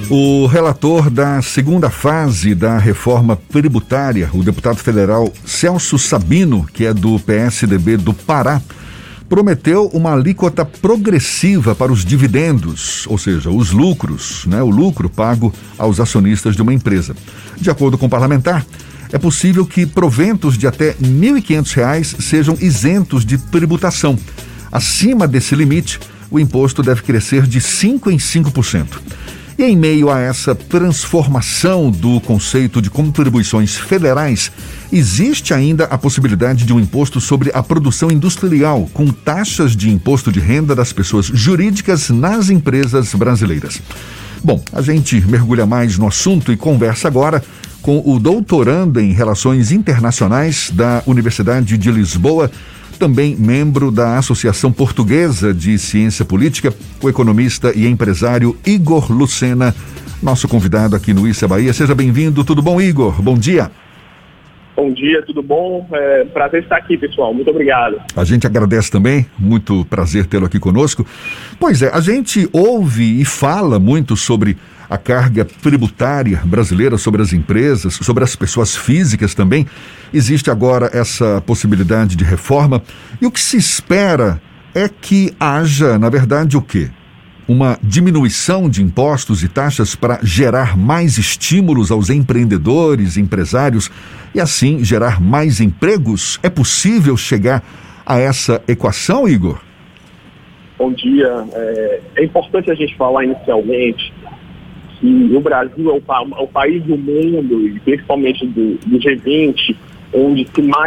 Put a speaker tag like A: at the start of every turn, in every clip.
A: O relator da segunda fase da reforma tributária, o deputado federal Celso Sabino, que é do PSDB do Pará, prometeu uma alíquota progressiva para os dividendos, ou seja, os lucros, o lucro pago aos acionistas de uma empresa. De acordo com o parlamentar, é possível que proventos de até R$ 1.500 sejam isentos de tributação. Acima desse limite, o imposto deve crescer de 5% em 5%. E em meio a essa transformação do conceito de contribuições federais, existe ainda a possibilidade de um imposto sobre a produção industrial, com taxas de imposto de renda das pessoas jurídicas nas empresas brasileiras. Bom, a gente mergulha mais no assunto e conversa agora com o doutorando em Relações Internacionais da Universidade de Lisboa, também membro da Associação Portuguesa de Ciência Política, o economista e empresário Igor Lucena, nosso convidado aqui no Issa Bahia. Seja bem-vindo, tudo bom, Igor? Bom dia.
B: Bom dia, tudo bom? Prazer estar aqui, pessoal. Muito obrigado.
A: A gente agradece também, muito prazer tê-lo aqui conosco. Pois é, a gente ouve e fala muito sobre a carga tributária brasileira, sobre as empresas, sobre as pessoas físicas também. Existe agora essa possibilidade de reforma e o que se espera é que haja, na verdade, o quê? Uma diminuição de impostos e taxas para gerar mais estímulos aos empreendedores, empresários e assim gerar mais empregos? É possível chegar a essa equação, Igor?
B: Bom dia. É importante a gente falar inicialmente que o Brasil é o país do mundo, e principalmente do G20, onde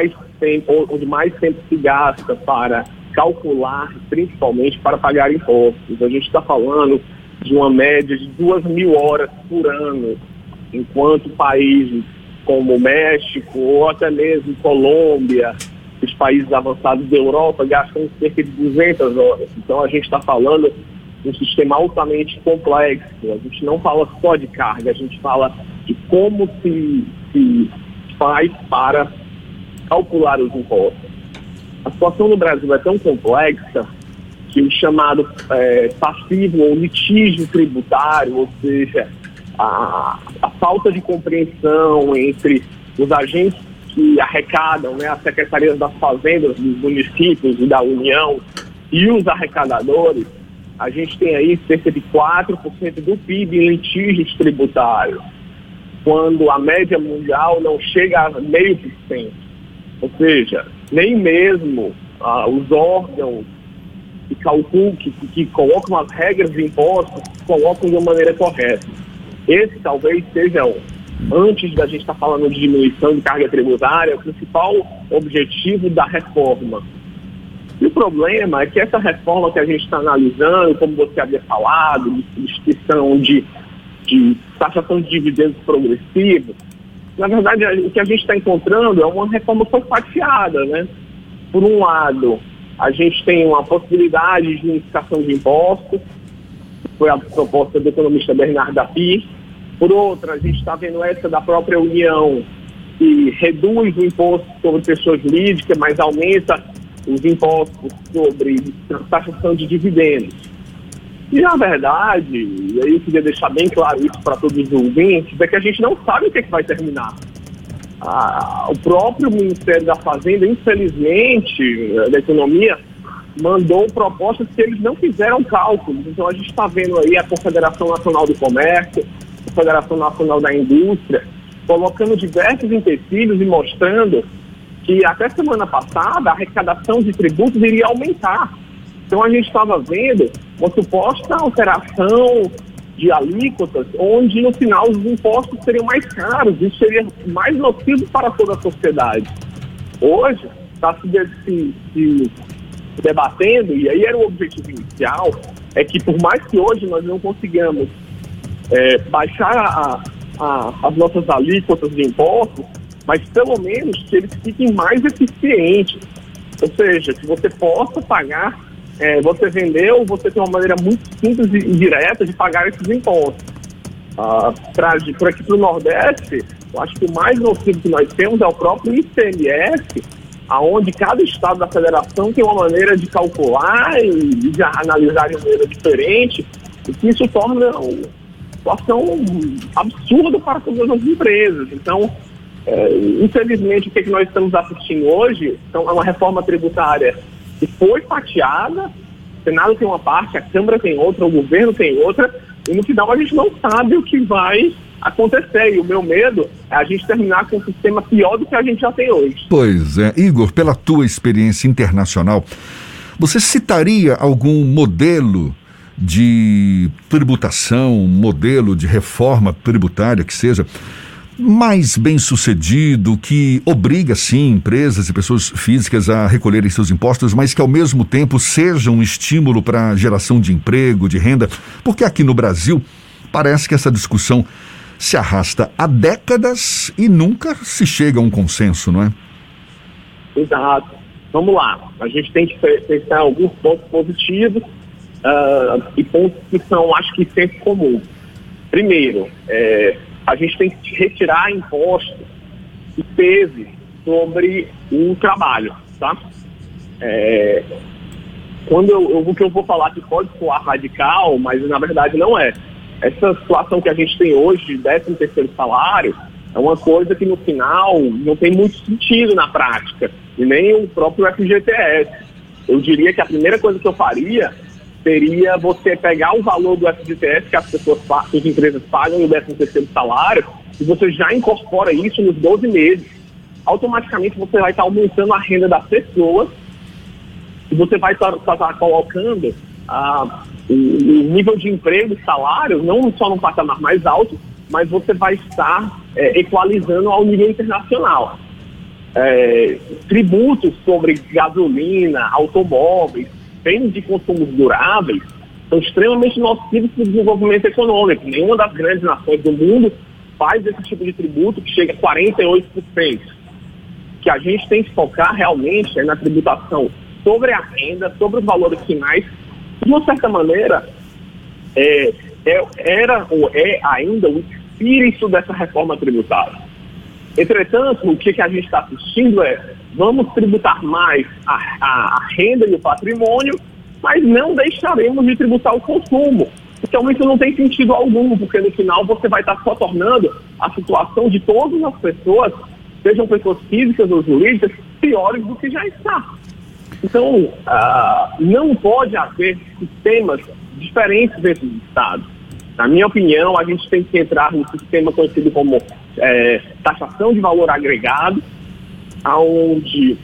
B: mais tempo se gasta para calcular, principalmente para pagar impostos. A gente está falando de uma média de 2.000 horas por ano, enquanto países como o México ou até mesmo Colômbia, os países avançados da Europa, gastam cerca de 200 horas. Então a gente está falando de um sistema altamente complexo. A gente não fala só de carga, a gente fala de como se faz para calcular os impostos. A situação no Brasil é tão complexa que o chamado passivo ou litígio tributário, ou seja, a falta de compreensão entre os agentes que arrecadam, as secretarias das fazendas dos municípios e da União e os arrecadadores, a gente tem aí cerca de 4% do PIB em litígios tributários, quando a média mundial não chega a 0,5%. Ou seja, nem mesmo os órgãos que calculam, que colocam as regras de impostos, colocam de uma maneira correta. Esse talvez seja, antes da gente estar falando de diminuição de carga tributária, o principal objetivo da reforma. E o problema é que essa reforma que a gente está analisando, como você havia falado, de substituição de taxação de dividendos progressivos, na verdade, o que a gente está encontrando é uma reforma fatiada, Por um lado, a gente tem uma possibilidade de unificação de impostos, foi a proposta do economista Bernardo Api. Por outra, a gente está vendo essa da própria União, que reduz o imposto sobre pessoas jurídicas, mas aumenta os impostos sobre taxação de dividendos. E, na verdade, e aí eu queria deixar bem claro isso para todos os ouvintes, é que a gente não sabe o que vai terminar. O próprio Ministério da Fazenda, infelizmente, da Economia, mandou propostas que eles não fizeram cálculos. Então, a gente está vendo aí a Confederação Nacional do Comércio, a Confederação Nacional da Indústria, colocando diversos empecilhos e mostrando que até semana passada a arrecadação de tributos iria aumentar. Então a gente estava vendo uma suposta alteração de alíquotas, onde no final os impostos seriam mais caros, isso seria mais nocivo para toda a sociedade. Hoje está se debatendo, e aí era o objetivo inicial, é que por mais que hoje nós não consigamos baixar as nossas alíquotas de impostos, mas pelo menos que eles fiquem mais eficientes. Ou seja, que você possa pagar, você vendeu, você tem uma maneira muito simples e direta de pagar esses impostos. Por aqui para o Nordeste, eu acho que o mais nocivo que nós temos é o próprio ICMS, aonde cada estado da federação tem uma maneira de calcular e de analisar de maneira diferente, e que isso torna situação absurda para todas as empresas. Então, infelizmente, o que nós estamos assistindo hoje é uma reforma tributária que foi fatiada, o Senado tem uma parte, a Câmara tem outra, o governo tem outra, e no final a gente não sabe o que vai acontecer. E o meu medo é a gente terminar com um sistema pior do que a gente já tem hoje.
A: Pois é. Igor, pela tua experiência internacional, você citaria algum modelo de tributação, modelo de reforma tributária que seja mais bem sucedido, que obriga sim empresas e pessoas físicas a recolherem seus impostos, mas que ao mesmo tempo seja um estímulo para a geração de emprego, de renda? Porque aqui no Brasil parece que essa discussão se arrasta há décadas e nunca se chega a um consenso, não é?
B: Exato. Vamos lá. A gente tem que pensar alguns pontos positivos e pontos que são, acho que, sempre comuns. Primeiro, a gente tem que retirar impostos que pese sobre o trabalho, tá? O que eu vou falar que pode soar radical, mas na verdade não é. Essa situação que a gente tem hoje de 13º salário é uma coisa que no final não tem muito sentido na prática, e nem o próprio FGTS. Eu diria que a primeira coisa que eu faria seria você pegar o valor do FGTS que as empresas pagam no 13º salário e você já incorpora isso nos 12 meses. Automaticamente você vai estar aumentando a renda das pessoas e você vai estar colocando o nível de emprego e salário não só num patamar mais alto, mas você vai estar equalizando ao nível internacional. Tributos sobre gasolina, automóveis, bens de consumos duráveis são extremamente nocivos para o desenvolvimento econômico. Nenhuma das grandes nações do mundo faz esse tipo de tributo que chega a 48%. O que a gente tem que focar realmente é na tributação sobre a renda, sobre os valores finais. De uma certa maneira, era ou é ainda o espírito dessa reforma tributária. Entretanto, o que a gente está assistindo vamos tributar mais a renda e o patrimônio, mas não deixaremos de tributar o consumo. Então isso não tem sentido algum, porque no final você vai estar só tornando a situação de todas as pessoas, sejam pessoas físicas ou jurídicas, piores do que já está. Então, não pode haver sistemas diferentes desses estados. Na minha opinião, a gente tem que entrar no sistema conhecido como taxação de valor agregado, onde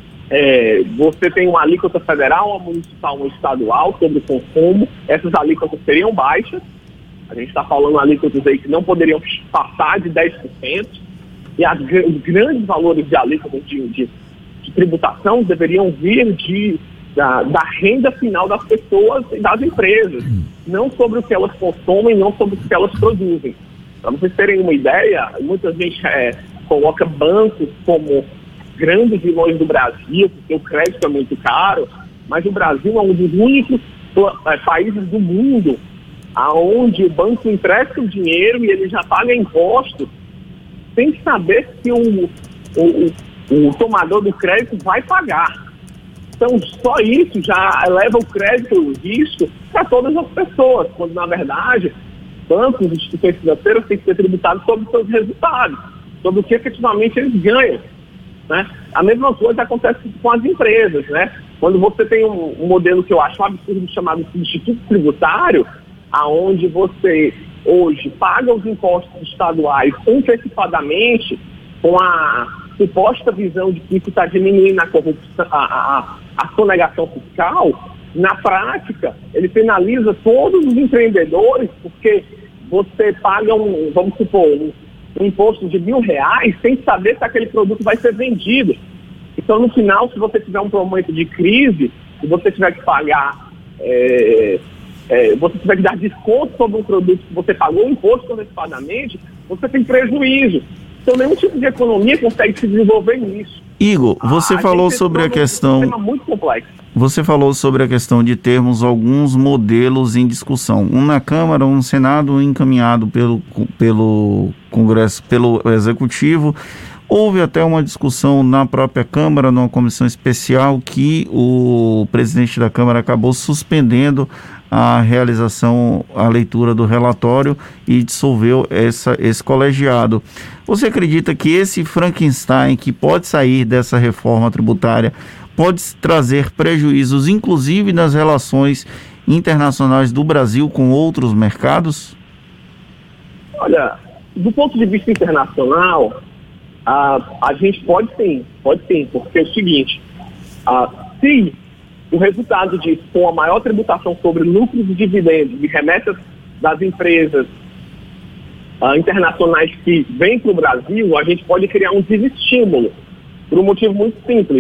B: você tem uma alíquota federal, uma municipal, uma estadual sobre o consumo. Essas alíquotas seriam baixas. A gente está falando alíquotas aí que não poderiam passar de 10%. E os grandes valores de alíquotas de tributação deveriam vir da renda final das pessoas e das empresas, não sobre o que elas consomem, não sobre o que elas produzem. Para vocês terem uma ideia, muita gente coloca bancos como grandes vilões do Brasil, porque o crédito é muito caro, mas o Brasil é um dos únicos países do mundo onde o banco empresta o dinheiro e ele já paga impostos sem saber se o tomador do crédito vai pagar. Então, só isso já eleva o crédito e o risco para todas as pessoas, quando, na verdade, bancos e instituições financeiras têm que ser tributados sobre os seus resultados, sobre o que efetivamente eles ganham, né? A mesma coisa acontece com as empresas, né? Quando você tem um modelo que eu acho absurdo chamado Instituto Tributário, aonde você hoje paga os impostos estaduais antecipadamente com a suposta visão de que isso está diminuindo a corrupção, a sonegação fiscal, na prática, ele penaliza todos os empreendedores, porque você paga vamos supor, um imposto de R$1.000 sem saber se aquele produto vai ser vendido. Então, no final, se você tiver um momento de crise, se você tiver que pagar, você tiver que dar desconto sobre um produto que você pagou o imposto antecipadamente, você tem prejuízo. Então, nenhum tipo de economia consegue se desenvolver nisso.
C: Igor, você falou sobre a questão...
B: É um sistema muito complexo.
C: Você falou sobre a questão de termos alguns modelos em discussão. Um na Câmara, um no Senado, encaminhado pelo Congresso, pelo Executivo. Houve até uma discussão na própria Câmara, numa comissão especial, que o presidente da Câmara acabou suspendendo a realização, a leitura do relatório e dissolveu esse colegiado. Você acredita que esse Frankenstein que pode sair dessa reforma tributária pode trazer prejuízos, inclusive nas relações internacionais do Brasil com outros mercados?
B: Olha, do ponto de vista internacional, a gente pode sim, porque é o seguinte, se o resultado disso for a maior tributação sobre lucros e dividendos e remessas das empresas internacionais que vêm para o Brasil, a gente pode criar um desestímulo, por um motivo muito simples.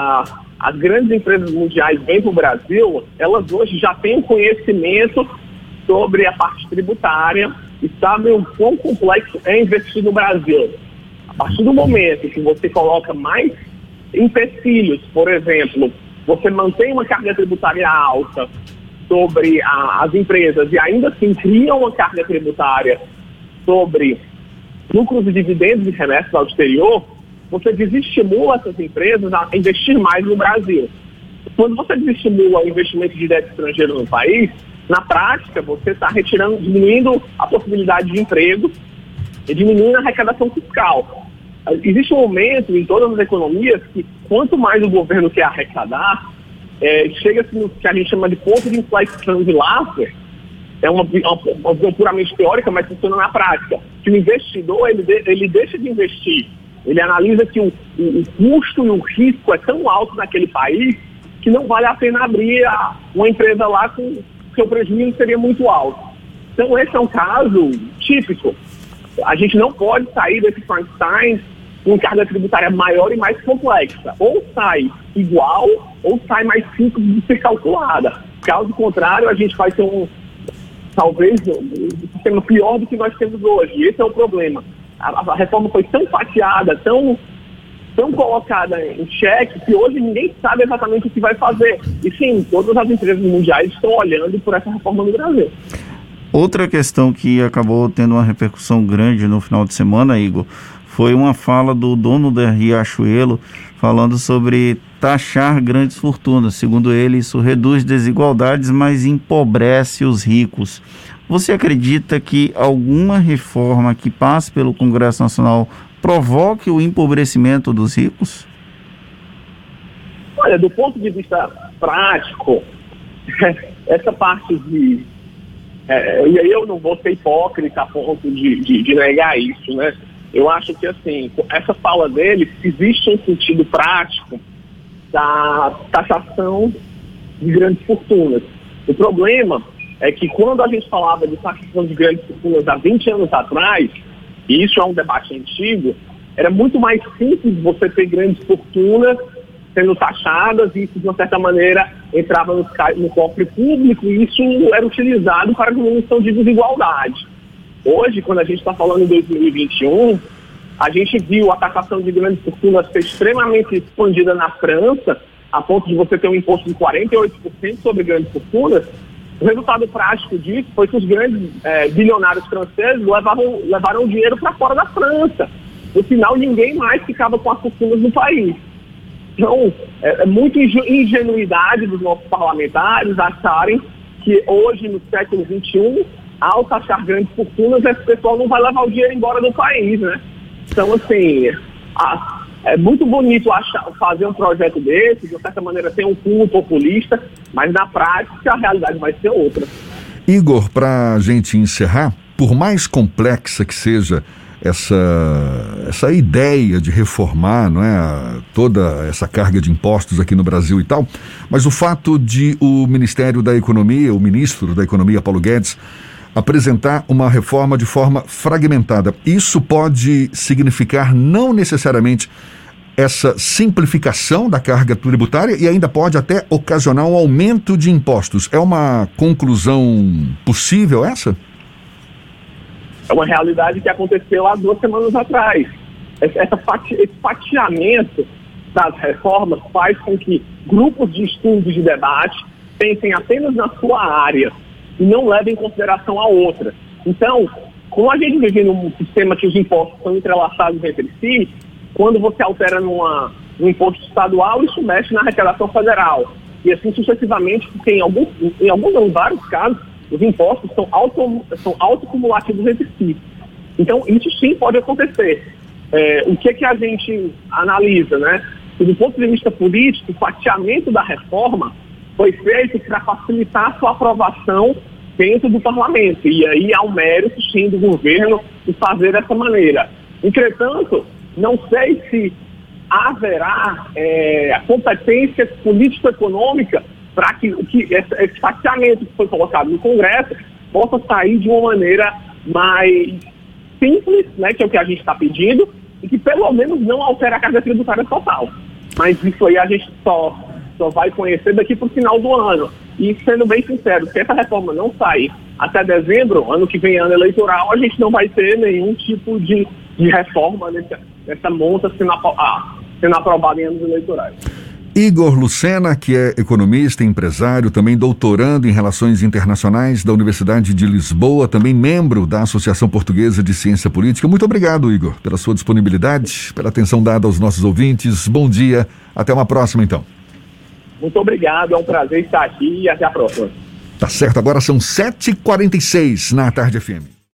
B: As grandes empresas mundiais vêm para o Brasil, elas hoje já têm conhecimento sobre a parte tributária e sabem o quão complexo é investir no Brasil. A partir do momento que você coloca mais empecilhos, por exemplo, você mantém uma carga tributária alta sobre as empresas e ainda assim cria uma carga tributária sobre lucros e dividendos e remessas ao exterior, você desestimula essas empresas a investir mais no Brasil. Quando você desestimula o investimento direto estrangeiro no país, na prática você está diminuindo a possibilidade de emprego e diminuindo a arrecadação fiscal. Existe um momento em todas as economias que quanto mais o governo quer arrecadar, chega-se no que a gente chama de ponto de inflexão de Laffer. É uma visão puramente teórica, mas funciona na prática. Que o investidor ele deixa de investir. Ele analisa que o custo e o risco é tão alto naquele país que não vale a pena abrir uma empresa lá com seu prejuízo seria muito alto. Então esse é um caso típico. A gente não pode sair desse Frankenstein com carga tributária maior e mais complexa. Ou sai igual, ou sai mais simples de ser calculada. Caso contrário, a gente vai ter talvez um sistema pior do que nós temos hoje. E esse é o problema. A reforma foi tão fatiada, tão colocada em xeque, que hoje ninguém sabe exatamente o que vai fazer. E sim, todas as empresas mundiais estão olhando por essa reforma no Brasil.
C: Outra questão que acabou tendo uma repercussão grande no final de semana, Igor, foi uma fala do dono da Riachuelo falando sobre taxar grandes fortunas. Segundo ele, isso reduz desigualdades, mas empobrece os ricos. Você acredita que alguma reforma que passe pelo Congresso Nacional provoque o empobrecimento dos ricos?
B: Olha, do ponto de vista prático, essa parte de... e aí eu não vou ser hipócrita a ponto de negar isso, né? Eu acho que, assim, essa fala dele, existe um sentido prático da taxação de grandes fortunas. O problema é que quando a gente falava de taxação de grandes fortunas há 20 anos atrás, e isso é um debate antigo, era muito mais simples você ter grandes fortunas sendo taxadas e isso, de uma certa maneira, entrava no cofre público e isso era utilizado para a diminuição de desigualdade. Hoje, quando a gente está falando em 2021, a gente viu a taxação de grandes fortunas ser extremamente expandida na França, a ponto de você ter um imposto de 48% sobre grandes fortunas. O resultado prático disso foi que os grandes bilionários franceses levaram o dinheiro para fora da França. No final, ninguém mais ficava com as fortunas no país. Então, é muita ingenuidade dos nossos parlamentares acharem que hoje, no século XXI, ao taxar grandes fortunas, esse pessoal não vai levar o dinheiro embora do país, né? Então, assim, é muito bonito fazer um projeto desse, de certa maneira ter um cunho populista, mas na prática a realidade vai ser outra.
A: Igor, para a gente encerrar, por mais complexa que seja essa ideia de reformar, não é, toda essa carga de impostos aqui no Brasil e tal, mas o fato de o Ministério da Economia, o ministro da Economia, Paulo Guedes, apresentar uma reforma de forma fragmentada, isso pode significar não necessariamente essa simplificação da carga tributária e ainda pode até ocasionar um aumento de impostos. É uma conclusão possível essa?
B: É uma realidade que aconteceu há 2 semanas atrás. Esse fatiamento das reformas faz com que grupos de estudo e de debate pensem apenas na sua área e não levem em consideração a outra. Então, como a gente vive num sistema que os impostos são entrelaçados entre si, quando você altera no imposto estadual, isso mexe na arrecadação federal. e assim sucessivamente, porque em vários casos, os impostos são autocumulativos entre si. Então, isso sim pode acontecer. O que a gente analisa, né? Que, do ponto de vista político, o fatiamento da reforma foi feito para facilitar a sua aprovação dentro do parlamento. E aí há um mérito, sim, do governo de fazer dessa maneira. Entretanto, não sei se haverá a competência político-econômica para que esse fatiamento que foi colocado no Congresso possa sair de uma maneira mais simples, né, que é o que a gente está pedindo, e que pelo menos não altera a carga tributária total. Mas isso aí a gente só vai conhecer daqui para o final do ano. E, sendo bem sincero, se essa reforma não sair até dezembro, ano que vem, ano eleitoral, a gente não vai ter nenhum tipo de reforma nessa monta sendo aprovada em anos eleitorais.
A: Igor Lucena, que é economista e empresário, também doutorando em Relações Internacionais da Universidade de Lisboa, também membro da Associação Portuguesa de Ciência Política. Muito obrigado, Igor, pela sua disponibilidade, pela atenção dada aos nossos ouvintes. Bom dia, até uma próxima, então.
B: Muito obrigado, é um prazer estar aqui e até a próxima.
A: Tá certo, agora são 7h46 na Tarde FM.